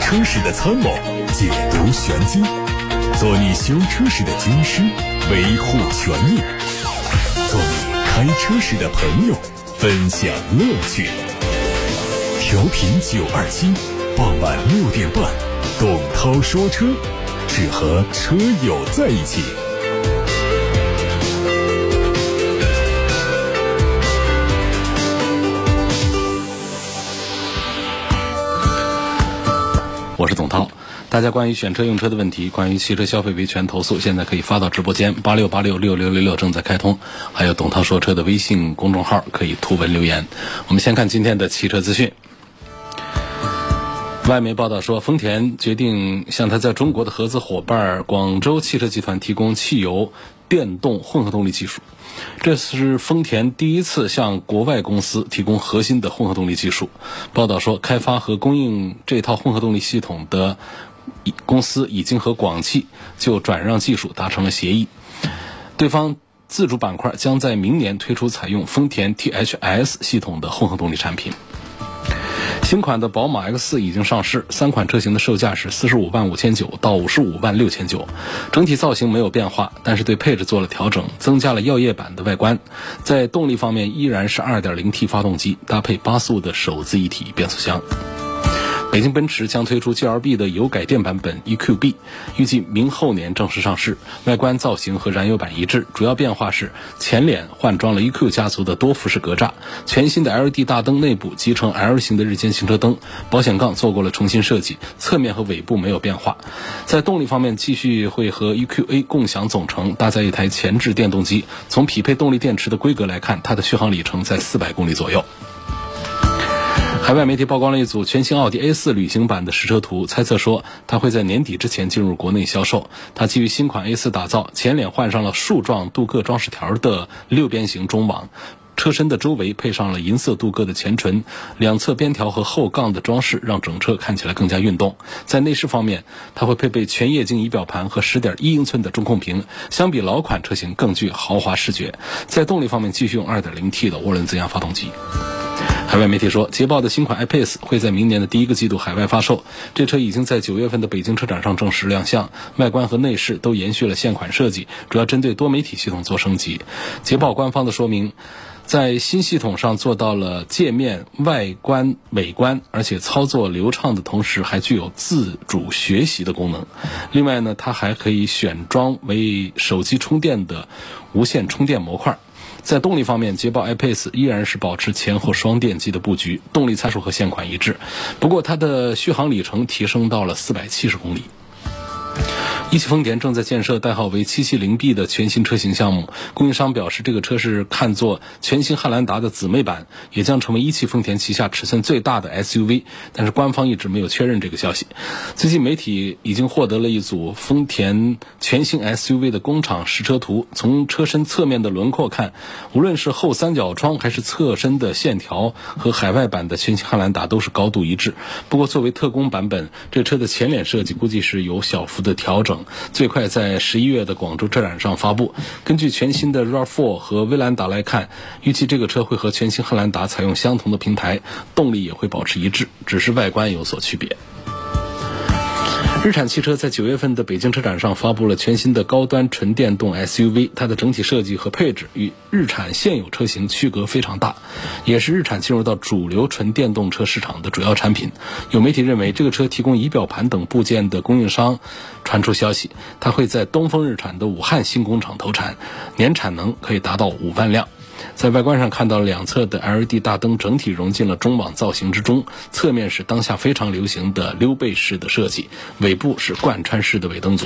车时的参谋，解读玄机，做你修车时的军师，维护权益，做你开车时的朋友，分享乐趣。调频927，傍晚6点半，董涛说车，只和车友在一起。 我是董涛，大家关于选车用车的问题，关于汽车消费维权投诉，现在可以发到直播间86866666正在开通，还有董涛说车的微信公众号可以图文留言。我们先看今天的汽车资讯。外媒报道说，丰田决定向他在中国的合资伙伴广州汽车集团提供汽油电动混合动力技术。这是丰田第一次向国外公司提供核心的混合动力技术。报道说，开发和供应这套混合动力系统的公司已经和广汽就转让技术达成了协议，对方自主板块将在明年推出采用丰田 THS 系统的混合动力产品。新款的宝马 X4 已经上市，3款车型的售价是45.590到55.690，整体造型没有变化，但是对配置做了调整，增加了耀夜版的外观。在动力方面依然是 2.0T 发动机，搭配8速的手自一体变速箱。北京奔驰将推出 GLB 的油改电版本 EQB， 预计明后年正式上市。外观造型和燃油版一致，主要变化是前脸换装了 EQ 家族的多辐式格栅，全新的 LED 大灯内部集成 L 型的日间行车灯，保险杠做过了重新设计，侧面和尾部没有变化。在动力方面，继续会和 EQA 共享总成，搭载一台前置电动机。从匹配动力电池的规格来看，它的续航里程在400公里左右。海外媒体曝光了一组全新奥迪 A4 旅行版的实车图，猜测说它会在年底之前进入国内销售。它基于新款 A4 打造，前脸换上了树状镀铬装饰条的6边形中网，车身的周围配上了银色镀铬的前唇，两侧边条和后杠的装饰让整车看起来更加运动。在内饰方面，它会配备全液晶仪表盘和 10.1 英寸的中控屏，相比老款车型更具豪华视觉。在动力方面，继续用 2.0T 的涡轮增压发动机。海外媒体说，捷豹的新款 I-Pace 会在明年的第一个季度海外发售。这车已经在9月份的北京车展上正式亮相，外观和内饰都延续了现款设计，主要针对多媒体系统做升级。捷豹官方的说明，在新系统上做到了界面、外观、美观，而且操作流畅的同时还具有自主学习的功能。另外呢，它还可以选装为手机充电的无线充电模块。在动力方面，捷豹 I-Pace 依然是保持前后双电机的布局，动力参数和现款一致，不过它的续航里程提升到了470公里。一汽丰田正在建设代号为 770B 的全新车型项目，供应商表示这个车是看作全新汉兰达的姊妹版，也将成为一汽丰田旗下尺寸最大的 SUV， 但是官方一直没有确认这个消息。最近媒体已经获得了一组丰田全新 SUV 的工厂实车图，从车身侧面的轮廓看，无论是后三角窗还是侧身的线条和海外版的全新汉兰达都是高度一致。不过作为特供版本，这车的前脸设计估计是有小幅的调整，最快在11月的广州车展上发布。根据全新的 RAV4 和威兰达来看，预计这个车会和全新汉兰达采用相同的平台，动力也会保持一致，只是外观有所区别。日产汽车在9月份的北京车展上发布了全新的高端纯电动 SUV， 它的整体设计和配置与日产现有车型区隔非常大，也是日产进入到主流纯电动车市场的主要产品。有媒体认为，这个车提供仪表盘等部件的供应商传出消息，它会在东风日产的武汉新工厂投产，年产能可以达到5万辆。在外观上看到两侧的 LED 大灯整体融进了中网造型之中，侧面是当下非常流行的溜背式的设计，尾部是贯穿式的尾灯组。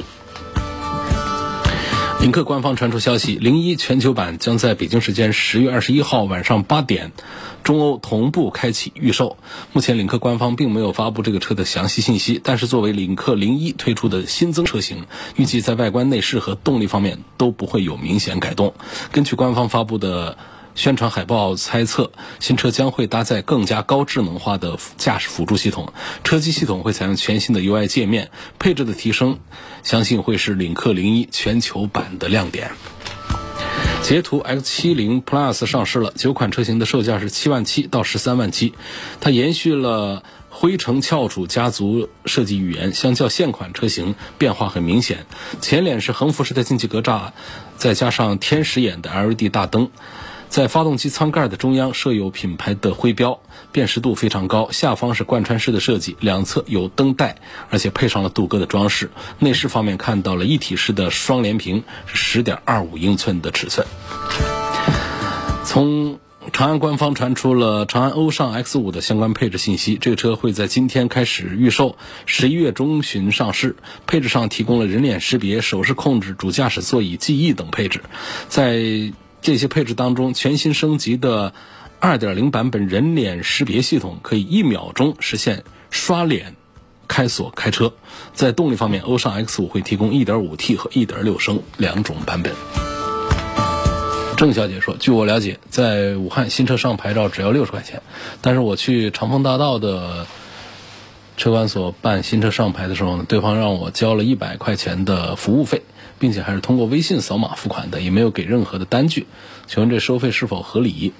领克官方传出消息，01全球版将在北京时间10月21号晚上8点中欧同步开启预售。目前领克官方并没有发布这个车的详细信息，但是作为领克01推出的新增车型，预计在外观、内饰和动力方面都不会有明显改动。根据官方发布的宣传海报猜测，新车将会搭载更加高智能化的驾驶辅助系统，车机系统会采用全新的 UI 界面，配置的提升相信会是领克01全球版的亮点。捷途 X70 Plus 上市了，9款车型的售价是7.7万到13.7万，它延续了辉城翘楚家族设计语言，相较现款车型变化很明显。前脸是横幅式的进气格栅，再加上天使眼的 LED 大灯，在发动机舱盖的中央设有品牌的徽标，辨识度非常高。下方是贯穿式的设计，两侧有灯带，而且配上了镀铬的装饰。内饰方面看到了一体式的双联屏，是 10.25 英寸的尺寸。从长安官方传出了长安欧尚 X5 的相关配置信息，这个车会在今天开始预售，11月中旬上市。配置上提供了人脸识别、手势控制、主驾驶座椅记忆等配置。在这些配置当中，全新升级的 2.0 版本人脸识别系统可以1秒钟实现刷脸开锁开车。在动力方面，欧尚 X5 会提供 1.5T 和 1.6 升两种版本。郑小姐说，据我了解，在武汉新车上牌照只要60块钱，但是我去长丰大道的车管所办新车上牌的时候呢，对方让我交了100块钱的服务费，并且还是通过微信扫码付款的，也没有给任何的单据。请问这收费是否合理？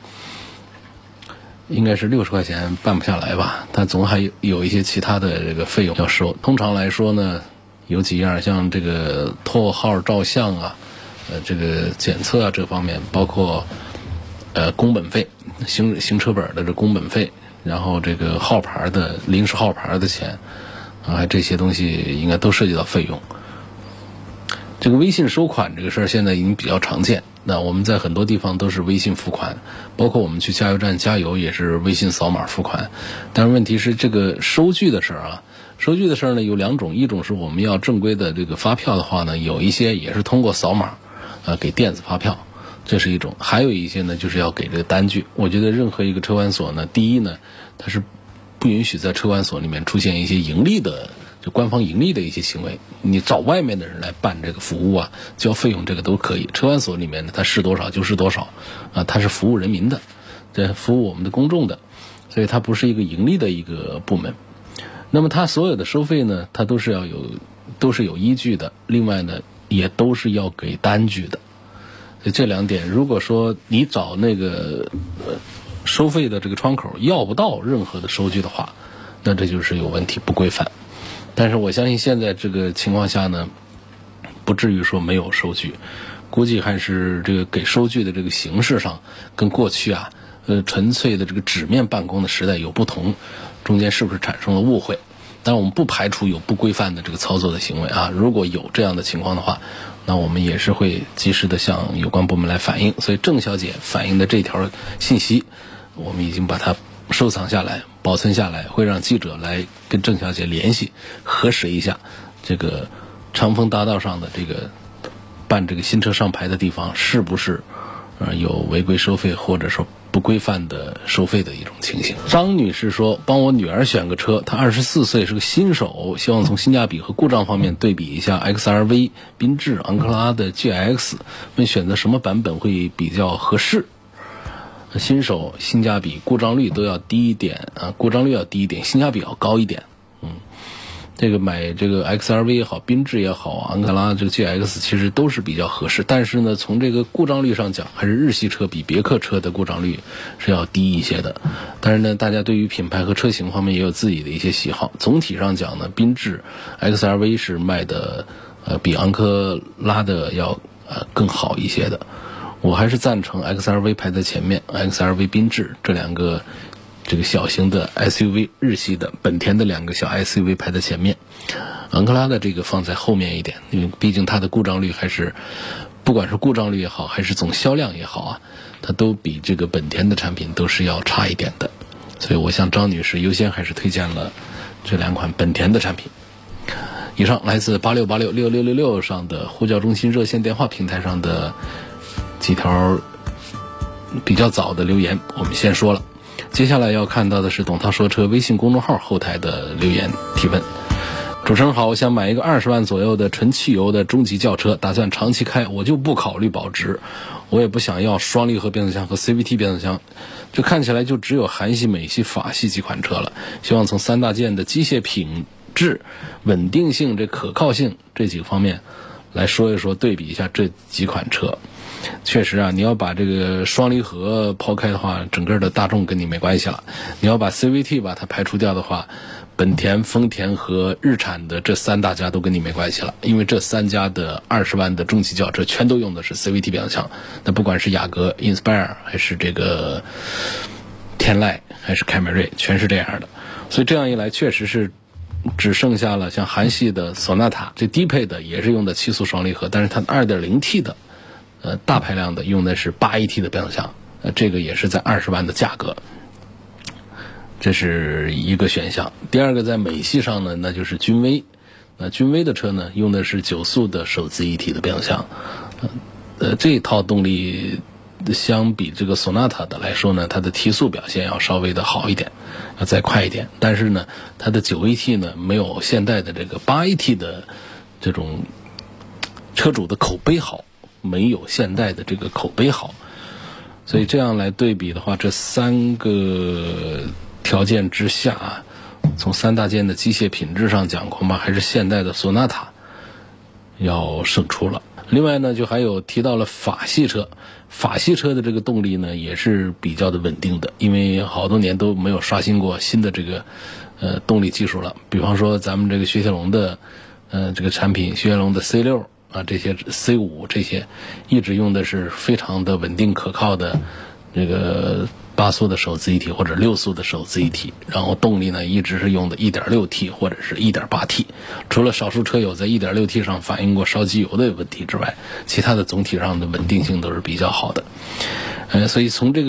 应该是60块钱办不下来吧，但总还有一些其他的这个费用要收。通常来说呢，有几样，像这个拖号照相啊，这个检测啊，这方面包括工本费，行车本的这工本费，然后这个号牌的临时号牌的钱啊，这些东西应该都涉及到费用。这个微信收款这个事儿现在已经比较常见，那我们在很多地方都是微信付款，包括我们去加油站加油也是微信扫码付款。但是问题是这个收据的事儿啊，收据的事儿呢有两种，一种是我们要正规的这个发票的话呢，有一些也是通过扫码给电子发票，这是一种。还有一些呢就是要给这个单据。我觉得任何一个车管所呢，第一呢，它是不允许在车管所里面出现一些盈利的，就官方盈利的一些行为。你找外面的人来办这个服务啊，交费用这个都可以。车管所里面呢，它是多少就是多少啊，它是服务人民的，这服务我们的公众的，所以它不是一个盈利的一个部门。那么它所有的收费呢，它都是有依据的，另外呢也都是要给单据的。所以这两点，如果说你找那个收费的这个窗口要不到任何的收据的话，那这就是有问题，不规范。但是我相信现在这个情况下呢，不至于说没有收据，估计还是这个给收据的这个形式上跟过去啊纯粹的这个纸面办公的时代有不同，中间是不是产生了误会？但我们不排除有不规范的这个操作的行为啊，如果有这样的情况的话，那我们也是会及时的向有关部门来反映。所以郑小姐反映的这条信息，我们已经把它收藏下来，保存下来，会让记者来跟郑小姐联系，核实一下这个长丰大道上的这个办这个新车上牌的地方是不是有违规收费或者说不规范的收费的一种情形。张女士说，帮我女儿选个车，她24岁，是个新手，希望从性价比和故障方面对比一下 XRV、缤智、昂克拉的 GX， 问选择什么版本会比较合适。新手性价比故障率都要低一点啊，故障率要低一点，性价比要高一点。这个买这个 XRV 也好，缤智也好，昂克拉这个 GX 其实都是比较合适，但是呢从这个故障率上讲，还是日系车比别克车的故障率是要低一些的。但是呢大家对于品牌和车型方面也有自己的一些喜好。总体上讲呢，缤智 XRV 是卖的比昂克拉的要更好一些的。我还是赞成 XRV 排在前面， XRV、缤智这两个这个小型的 SUV， 日系的本田的两个小 SUV 排在前面，昂克拉的这个放在后面一点，因为毕竟它的故障率还是，不管是故障率也好，还是总销量也好啊，它都比这个本田的产品都是要差一点的。所以我向张女士优先还是推荐了这两款本田的产品。以上来自86866666上的呼叫中心热线电话平台上的几条比较早的留言，我们先说了。接下来要看到的是董涛说车微信公众号后台的留言提问。主持人好，我想买一个20万左右的纯汽油的中级轿车，打算长期开，我就不考虑保值，我也不想要双离合变速箱和 CVT 变速箱，这看起来就只有韩系、美系、法系几款车了。希望从3大件的机械品质、稳定性、这可靠性这几个方面来说一说，对比一下这几款车。确实啊，你要把这个双离合抛开的话，整个的大众跟你没关系了。你要把 CVT 把它排除掉的话，本田、丰田和日产的这3大家都跟你没关系了，因为这3家的20万的中级轿车全都用的是 CVT 变速箱。那不管是雅阁、Inspire 还是这个天籁还是凯美瑞，全是这样的。所以这样一来，确实是只剩下了像韩系的索纳塔，这低配的也是用的7速双离合，但是它 2.0T 的大排量的用的是8AT 的变速箱，这个也是在20万的价格，这是一个选项。第二个在美系上呢，那就是君威。那君威的车呢，用的是9速的手自一体的变速箱，这一套动力相比这个索纳塔的来说呢，它的提速表现要稍微的好一点，要再快一点。但是呢，它的9AT 呢，没有现代的这个8AT的这种车主的口碑好，没有现代的这个口碑好。所以这样来对比的话，这3个条件之下，从3大件的机械品质上讲，恐怕还是现代的索纳塔要胜出了。另外呢，就还有提到了法系车，法系车的这个动力呢也是比较的稳定的，因为好多年都没有刷新过新的这个动力技术了。比方说咱们这个雪铁龙的这个产品，雪铁龙的 C6啊，这些 C5 这些一直用的是非常的稳定可靠的这个8速的手自一体或者6速的手自一体，然后动力呢一直是用的 1.6T 或者是 1.8T， 除了少数车友在 1.6T 上反映过烧机油的问题之外，其他的总体上的稳定性都是比较好的。所以从这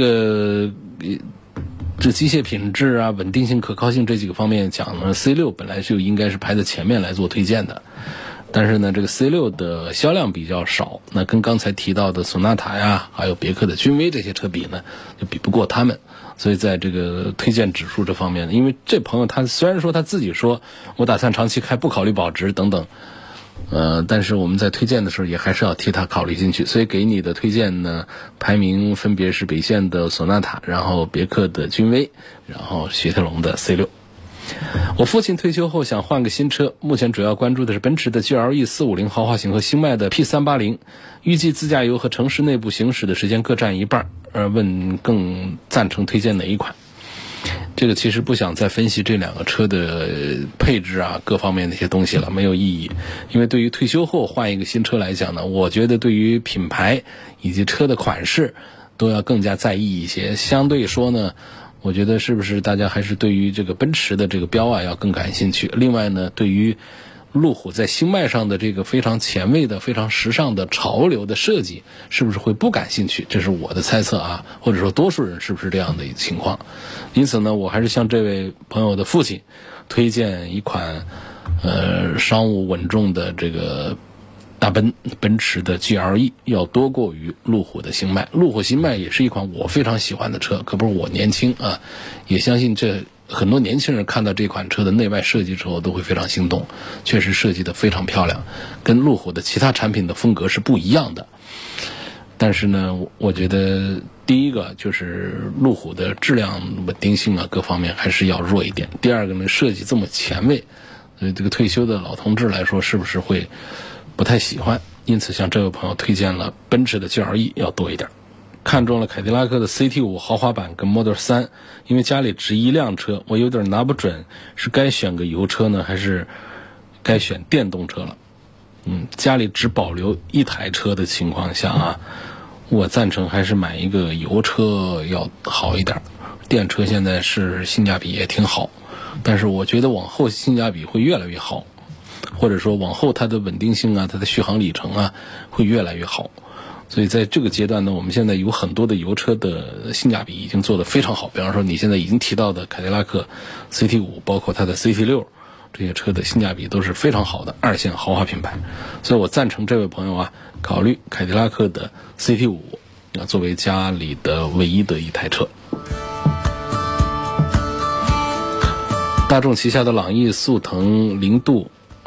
机械品质啊、稳定性、可靠性这几个方面讲呢， C6 本来就应该是排在前面来做推荐的。但是呢，这个 C6 的销量比较少，那跟刚才提到的索纳塔呀，还有别克的君威这些车比呢，就比不过他们。所以在这个推荐指数这方面，因为这朋友他虽然说他自己说我打算长期开，不考虑保值等等，但是我们在推荐的时候也还是要替他考虑进去。所以给你的推荐呢，排名分别是北线的索纳塔，然后别克的君威，然后雪铁龙的 C6。我父亲退休后想换个新车，目前主要关注的是奔驰的 GLE 450豪华型和星脉的 P380， 预计自驾游和城市内部行驶的时间各占一半，问更赞成推荐哪一款。这个其实不想再分析这2个车的配置啊各方面的一些东西了，没有意义。因为对于退休后换一个新车来讲呢，我觉得对于品牌以及车的款式都要更加在意一些。相对说呢，我觉得是不是大家还是对于这个奔驰的这个标啊要更感兴趣。另外呢，对于路虎在星脉上的这个非常前卫的、非常时尚的潮流的设计，是不是会不感兴趣？这是我的猜测啊，或者说多数人是不是这样的一个情况。因此呢，我还是向这位朋友的父亲推荐一款商务稳重的这个大奔驰的 GLE 要多过于路虎的星脉。路虎星脉也是一款我非常喜欢的车，可不是我年轻啊，也相信这很多年轻人看到这款车的内外设计之后都会非常心动，确实设计得非常漂亮，跟路虎的其他产品的风格是不一样的。但是呢，我觉得第一个就是路虎的质量稳定性啊各方面还是要弱一点。第二个呢，设计这么前卫，这个退休的老同志来说是不是会不太喜欢？因此向这位朋友推荐了奔驰的 GLE 要多一点。看中了凯迪拉克的 CT5 豪华版跟 Model 3，因为家里只一辆车，我有点拿不准是该选个油车呢，还是该选电动车了。家里只保留一台车的情况下啊，我赞成还是买一个油车要好一点。电车现在是性价比也挺好，但是我觉得往后性价比会越来越好，或者说往后它的稳定性啊，它的续航里程啊会越来越好。所以在这个阶段呢，我们现在有很多的油车的性价比已经做得非常好。比方说你现在已经提到的凯迪拉克 CT5， 包括它的 CT6， 这些车的性价比都是非常好的2线豪华品牌。所以我赞成这位朋友啊，考虑凯迪拉克的 CT5 作为家里的唯一的一台车。大众旗下的朗逸、速腾、凌渡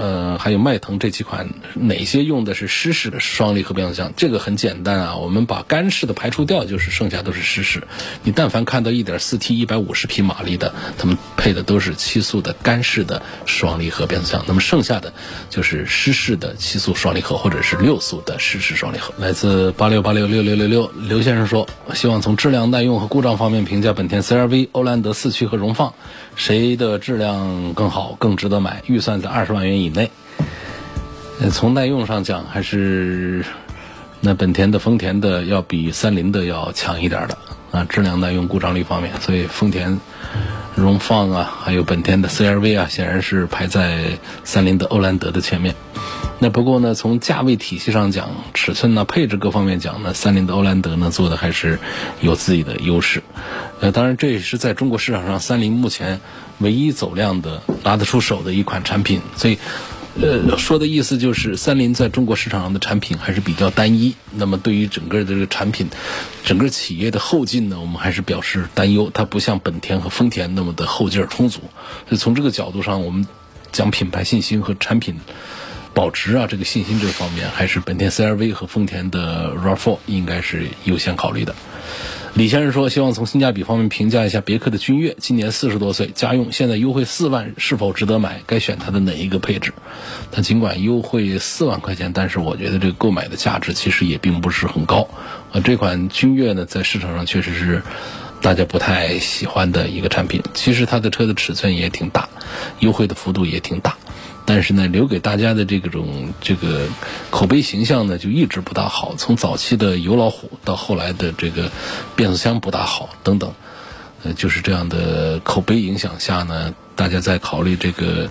还有迈腾这几款，哪些用的是湿式的双离合变速箱？这个很简单啊，我们把干式的排除掉，就是剩下都是湿式。你但凡看到 1.4T 150匹马力的，他们配的都是7速的干式的双离合变速箱，那么剩下的就是湿式的7速双离合或者是6速的湿式双离合。来自86866666刘先生说，希望从质量、耐用和故障方面评价本田 CR-V、欧蓝德4驱和荣放，谁的质量更好，更值得买？预算在20万元以内。从耐用上讲，还是那本田的、丰田的要比三菱的要强一点的啊，质量、耐用、故障率方面，所以丰田荣放啊，还有本田的 CR-V 啊，显然是排在三菱的欧蓝德的前面。那不过呢，从价位体系上讲，尺寸呢、配置各方面讲呢，三菱的欧蓝德呢做的还是有自己的优势。当然这也是在中国市场上三菱目前唯一走量的、拿得出手的一款产品，所以说的意思就是三菱在中国市场上的产品还是比较单一，那么对于整个的这个产品整个企业的后劲呢，我们还是表示担忧，它不像本田和丰田那么的后劲儿充足。所以从这个角度上，我们讲品牌信心和产品保值啊，这个信心这方面还是本田 CR-V 和丰田的 RAV4 应该是优先考虑的。李先生说，希望从性价比方面评价一下别克的君越，今年40多岁，家用，现在优惠4万，是否值得买？该选它的哪一个配置？它尽管优惠4万块钱，但是我觉得这个购买的价值其实也并不是很高。这款君越呢，在市场上确实是大家不太喜欢的一个产品。其实它的车的尺寸也挺大，优惠的幅度也挺大。但是呢，留给大家的这个口碑形象呢，就一直不大好。从早期的油老虎到后来的这个变速箱不大好等等，就是这样的口碑影响下呢，大家在考虑这个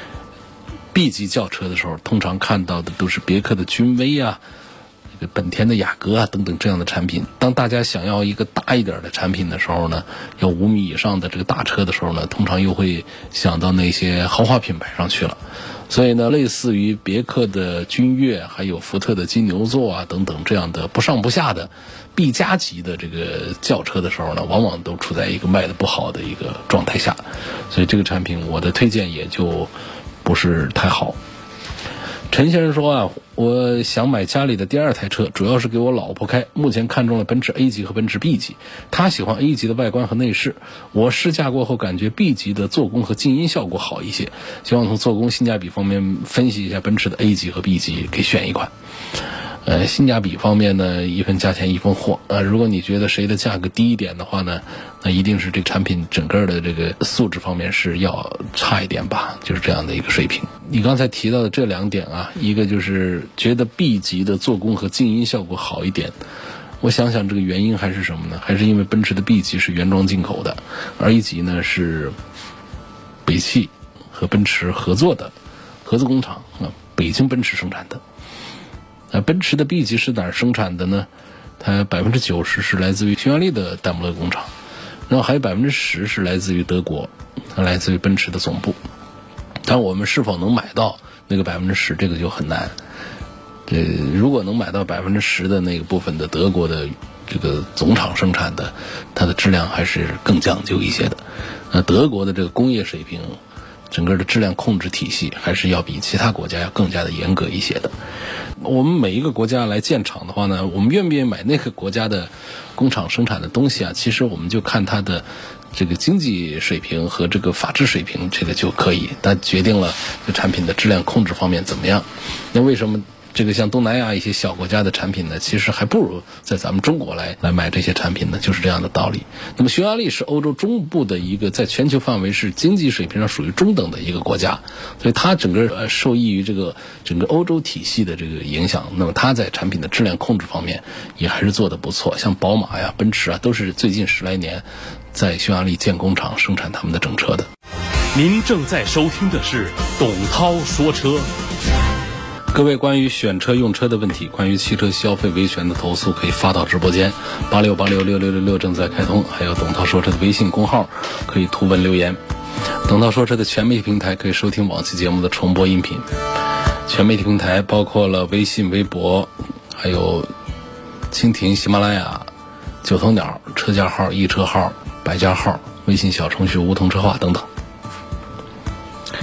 B 级轿车的时候，通常看到的都是别克的君威啊、本田的雅阁啊等等这样的产品。当大家想要一个大一点的产品的时候呢，要5米以上的这个大车的时候呢，通常又会想到那些豪华品牌上去了。所以呢，类似于别克的君越，还有福特的金牛座啊等等这样的不上不下的 B 加级的这个轿车的时候呢，往往都处在一个卖的不好的一个状态下。所以这个产品我的推荐也就不是太好。陈先生说啊，我想买家里的第2台车，主要是给我老婆开，目前看中了奔驰 A 级和奔驰 B 级，她喜欢 A 级的外观和内饰，我试驾过后感觉 B 级的做工和静音效果好一些，希望从做工性价比方面分析一下奔驰的 A 级和 B 级，给选一款。性价比方面呢，一分价钱一分货。如果你觉得谁的价格低一点的话呢，那一定是这个产品整个的这个素质方面是要差一点吧，就是这样的一个水平。你刚才提到的这2点啊，一个就是觉得 B 级的做工和静音效果好一点，我想想这个原因还是什么呢？还是因为奔驰的 B 级是原装进口的，而 A 级呢是北汽和奔驰合作的合资工厂北京奔驰生产的。奔驰的 B 级是哪儿生产的呢？它90%是来自于匈牙利的戴姆勒工厂，然后还有10%是来自于德国，来自于奔驰的总部。但我们是否能买到那个10%，这个就很难。如果能买到10%的那个部分的德国的这个总厂生产的，它的质量还是更讲究一些的。德国的这个工业水平，整个的质量控制体系还是要比其他国家要更加的严格一些的。我们每一个国家来建厂的话呢，我们愿不愿意买那个国家的工厂生产的东西啊？其实我们就看它的这个经济水平和这个法治水平，这个就可以，它决定了这产品的质量控制方面怎么样。那为什么这个像东南亚一些小国家的产品呢，其实还不如在咱们中国来买这些产品呢？就是这样的道理。那么匈牙利是欧洲中部的一个在全球范围是经济水平上属于中等的一个国家，所以它整个受益于这个整个欧洲体系的这个影响，那么它在产品的质量控制方面也还是做得不错。像宝马呀、奔驰啊，都是最近10来年在匈牙利建工厂生产他们的整车的。 您正在收听的是董涛说车。 各位关于选车用车的问题，关于汽车消费维权的投诉，可以发到直播间86866666正在开通，还有董涛说车的微信公号可以图文留言。董涛说车的全媒体平台可以收听往期节目的重播音频。全媒体平台包括了微信、微博，还有蜻蜓、喜马拉雅、九头鸟、车架号、易车号、百家号、微信小程序梧桐车话等等。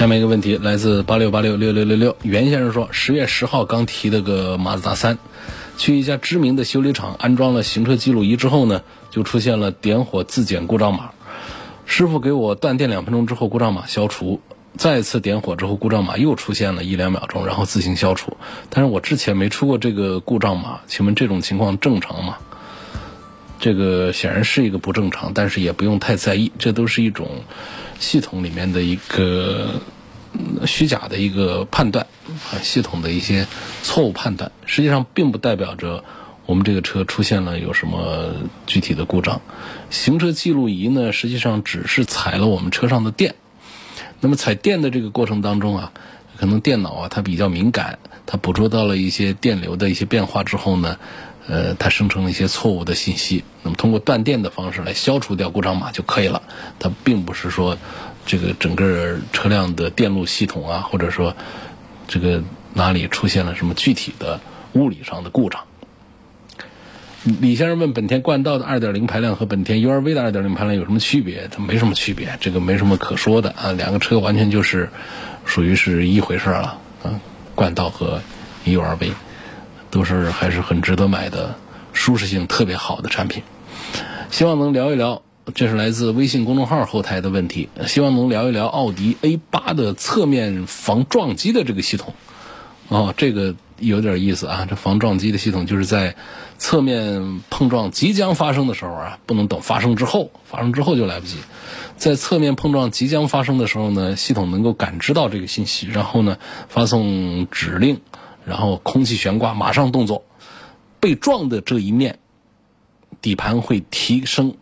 下面一个问题来自86866666，袁先生说，10月10号刚提了个马自达3，去一家知名的修理厂安装了行车记录仪之后呢，就出现了点火自检故障码。师傅给我断电2分钟之后故障码消除，再次点火之后故障码又出现了1-2秒钟，然后自行消除。但是我之前没出过这个故障码，请问这种情况正常吗？这个显然是一个不正常，但是也不用太在意，这都是一种系统里面的一个虚假的一个判断系统的一些错误判断，实际上并不代表着我们这个车出现了有什么具体的故障。行车记录仪呢，实际上只是采了我们车上的电。那么采电的这个过程当中啊，可能电脑啊它比较敏感，它捕捉到了一些电流的一些变化之后呢，它生成了一些错误的信息。那么通过断电的方式来消除掉故障码就可以了。它并不是说这个整个车辆的电路系统啊，或者说这个哪里出现了什么具体的物理上的故障。李先生问，本田冠道的 2.0 排量和本田 URV 的 2.0 排量有什么区别？它没什么区别，这个没什么可说的啊，两个车完全就是属于是一回事了啊。冠道和 URV 都是还是很值得买的，舒适性特别好的产品。希望能聊一聊，这是来自微信公众号后台的问题，希望能聊一聊奥迪 A8 的侧面防撞击的这个系统。这个有点意思啊，这防撞击的系统就是在侧面碰撞即将发生的时候啊，不能等发生之后就来不及。在侧面碰撞即将发生的时候呢，系统能够感知到这个信息，然后呢发送指令，然后空气悬挂马上动作，被撞的这一面底盘会提升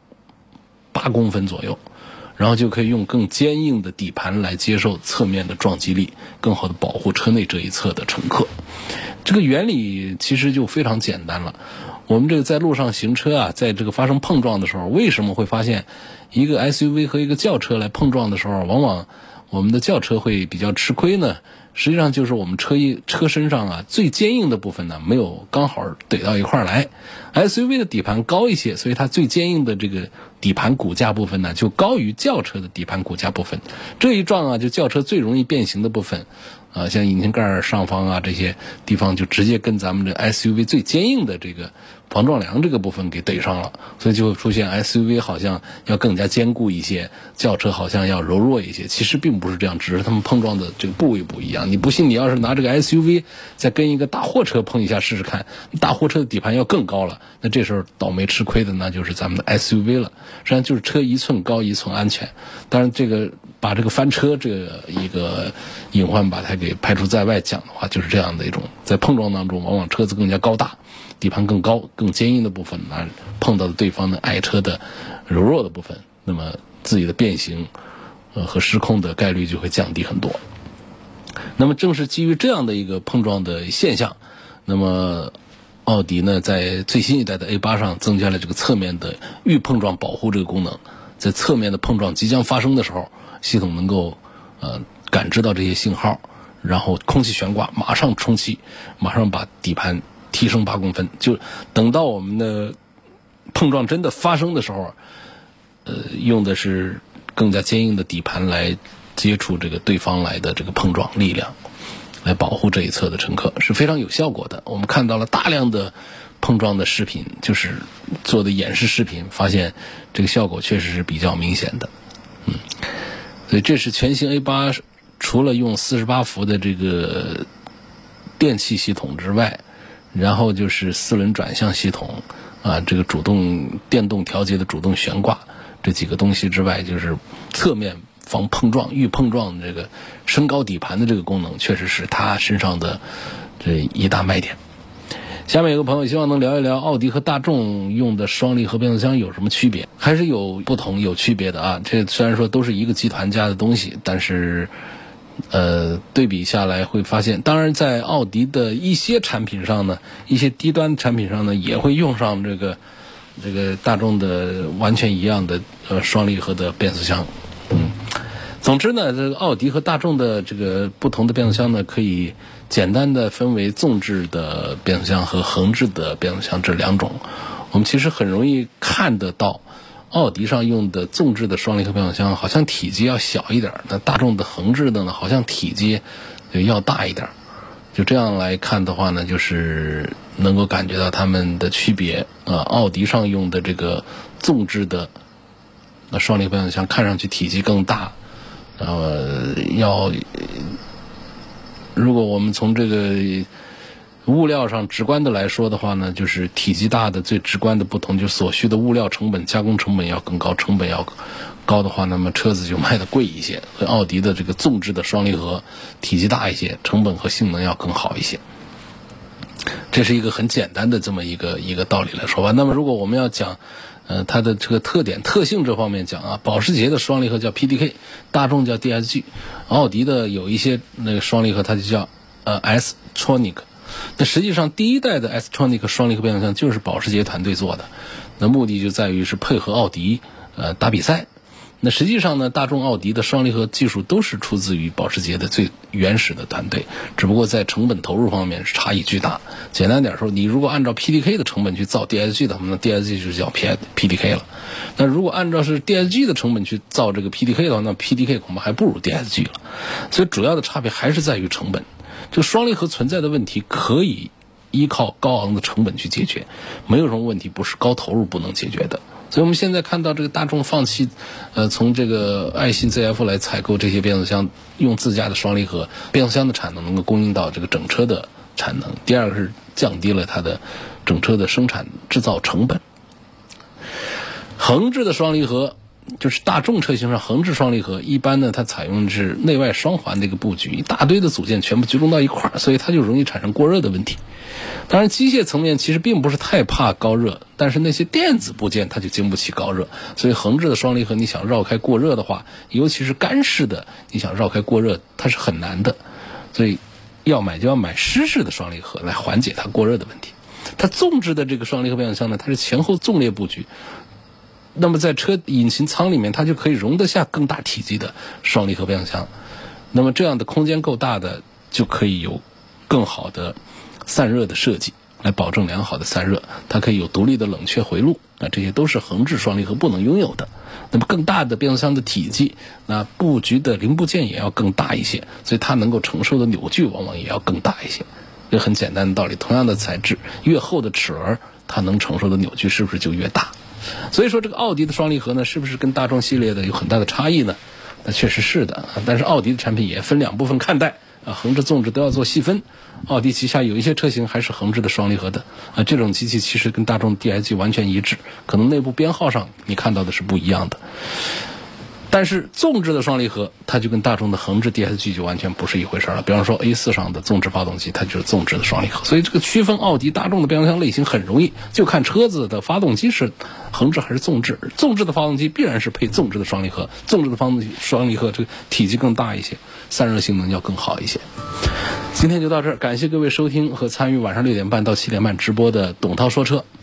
8公分左右，然后就可以用更坚硬的底盘来接受侧面的撞击力，更好的保护车内这一侧的乘客。这个原理其实就非常简单了。我们这个在路上行车啊，在这个发生碰撞的时候，为什么会发现一个 SUV 和一个轿车来碰撞的时候，往往我们的轿车会比较吃亏呢？实际上就是我们车身上啊最坚硬的部分呢没有刚好怼到一块来。SUV 的底盘高一些，所以它最坚硬的这个底盘骨架部分呢就高于轿车的底盘骨架部分。这一撞啊，就轿车最容易变形的部分像引擎盖上方啊这些地方就直接跟咱们的 SUV 最坚硬的这个防撞梁这个部分给怼上了，所以就会出现 SUV 好像要更加坚固一些，轿车好像要柔弱一些。其实并不是这样，只是他们碰撞的这个部位不一样。你不信，你要是拿这个 SUV 再跟一个大货车碰一下试试看，大货车的底盘要更高了，那这时候倒霉吃亏的那就是咱们的 SUV 了。实际上就是车一寸高一寸安全。当然这个把这个翻车这个一个隐患把它给排除在外讲的话，就是这样的一种，在碰撞当中往往车子更加高大，底盘更高更坚硬的部分碰到的对方的爱车的柔弱的部分，那么自己的变形和失控的概率就会降低很多。那么正是基于这样的一个碰撞的现象，那么奥迪呢在最新一代的 A8 上增加了这个侧面的预碰撞保护这个功能。在侧面的碰撞即将发生的时候，系统能够感知到这些信号，然后空气悬挂马上充气，马上把底盘提升8公分，就等到我们的碰撞真的发生的时候，用的是更加坚硬的底盘来接触这个对方来的这个碰撞力量，来保护这一侧的乘客，是非常有效果的。我们看到了大量的碰撞的视频，就是做的演示视频，发现这个效果确实是比较明显的。所以这是全新 A8 除了用48伏的这个电气系统之外，然后就是4轮转向系统这个电动调节的主动悬挂这几个东西之外，就是侧面防碰撞预碰撞的这个升高底盘的这个功能，确实是它身上的这一大卖点。下面有个朋友希望能聊一聊奥迪和大众用的双离合变速箱有什么区别？还是有不同有区别的啊。这虽然说都是一个集团家的东西，但是对比下来会发现，当然在奥迪的一些产品上呢，一些低端产品上呢也会用上这个大众的完全一样的双离合的变速箱。总之呢，这个奥迪和大众的这个不同的变速箱呢，可以简单的分为纵置的变速箱和横置的变速箱这两种。我们其实很容易看得到奥迪上用的纵置的双离合变速箱好像体积要小一点，那大众的横置的呢好像体积要大一点。就这样来看的话呢，就是能够感觉到它们的区别奥迪上用的这个纵置的双离合变速箱看上去体积更大，如果我们从这个物料上直观的来说的话呢，就是体积大的最直观的不同，就是所需的物料成本、加工成本要更高，成本要高的话，那么车子就卖得贵一些。所以奥迪的这个纵置的双离合体积大一些，成本和性能要更好一些。这是一个很简单的这么一个道理来说吧。那么如果我们要讲它的这个特点特性这方面讲保时捷的双离合叫 PDK， 大众叫 DSG， 奥迪的有一些那个双离合它就叫S-Tronic。那实际上第一代的 S-Tronic 双离合变速箱就是保时捷团队做的，那目的就在于是配合奥迪打比赛。那实际上呢，大众奥迪的双离合技术都是出自于保时捷的最原始的团队，只不过在成本投入方面是差异巨大。简单点说，你如果按照 PDK 的成本去造 DSG 的话，那 DSG 就叫 PDK 了。那如果按照是 DSG 的成本去造这个 PDK 的话，那 PDK 恐怕还不如 DSG 了。所以主要的差别还是在于成本。这个双离合存在的问题可以依靠高昂的成本去解决，没有什么问题不是高投入不能解决的。所以我们现在看到这个大众放弃从这个爱信 ZF 来采购这些变速箱，用自家的双离合变速箱的产能能够供应到这个整车的产能。第二个是降低了它的整车的生产制造成本。横置的双离合就是大众车型上横置双离合，一般呢它采用的是内外双环的一个布局，一大堆的组件全部集中到一块儿，所以它就容易产生过热的问题。当然机械层面其实并不是太怕高热，但是那些电子部件它就经不起高热，所以横置的双离合你想绕开过热的话，尤其是干式的，你想绕开过热它是很难的，所以要买就要买湿式的双离合来缓解它过热的问题。它纵置的这个双离合变速箱呢，它是前后纵列布局，那么在车引擎舱里面它就可以容得下更大体积的双离合变速箱，那么这样的空间够大的就可以有更好的散热的设计，来保证良好的散热，它可以有独立的冷却回路，这些都是横置双离合不能拥有的。那么更大的变速箱的体积，那布局的零部件也要更大一些，所以它能够承受的扭矩往往也要更大一些。这很简单的道理，同样的材质，越厚的齿轮它能承受的扭矩是不是就越大？所以说这个奥迪的双离合呢，是不是跟大众系列的有很大的差异呢？那确实是的，但是奥迪的产品也分两部分看待横置纵置都要做细分。奥迪旗下有一些车型还是横置的双离合的这种机器其实跟大众 DSG 完全一致，可能内部编号上你看到的是不一样的。但是纵置的双离合它就跟大众的横置 DSG 就完全不是一回事了。比方说 A4 上的纵置发动机它就是纵置的双离合，所以这个区分奥迪大众的变速箱类型很容易，就看车子的发动机是横置还是纵置。纵置的发动机必然是配纵置的双离合，纵置的双离合这个体积更大一些，散热性能要更好一些。今天就到这儿，感谢各位收听和参与晚上6点半到7点半直播的董涛说车。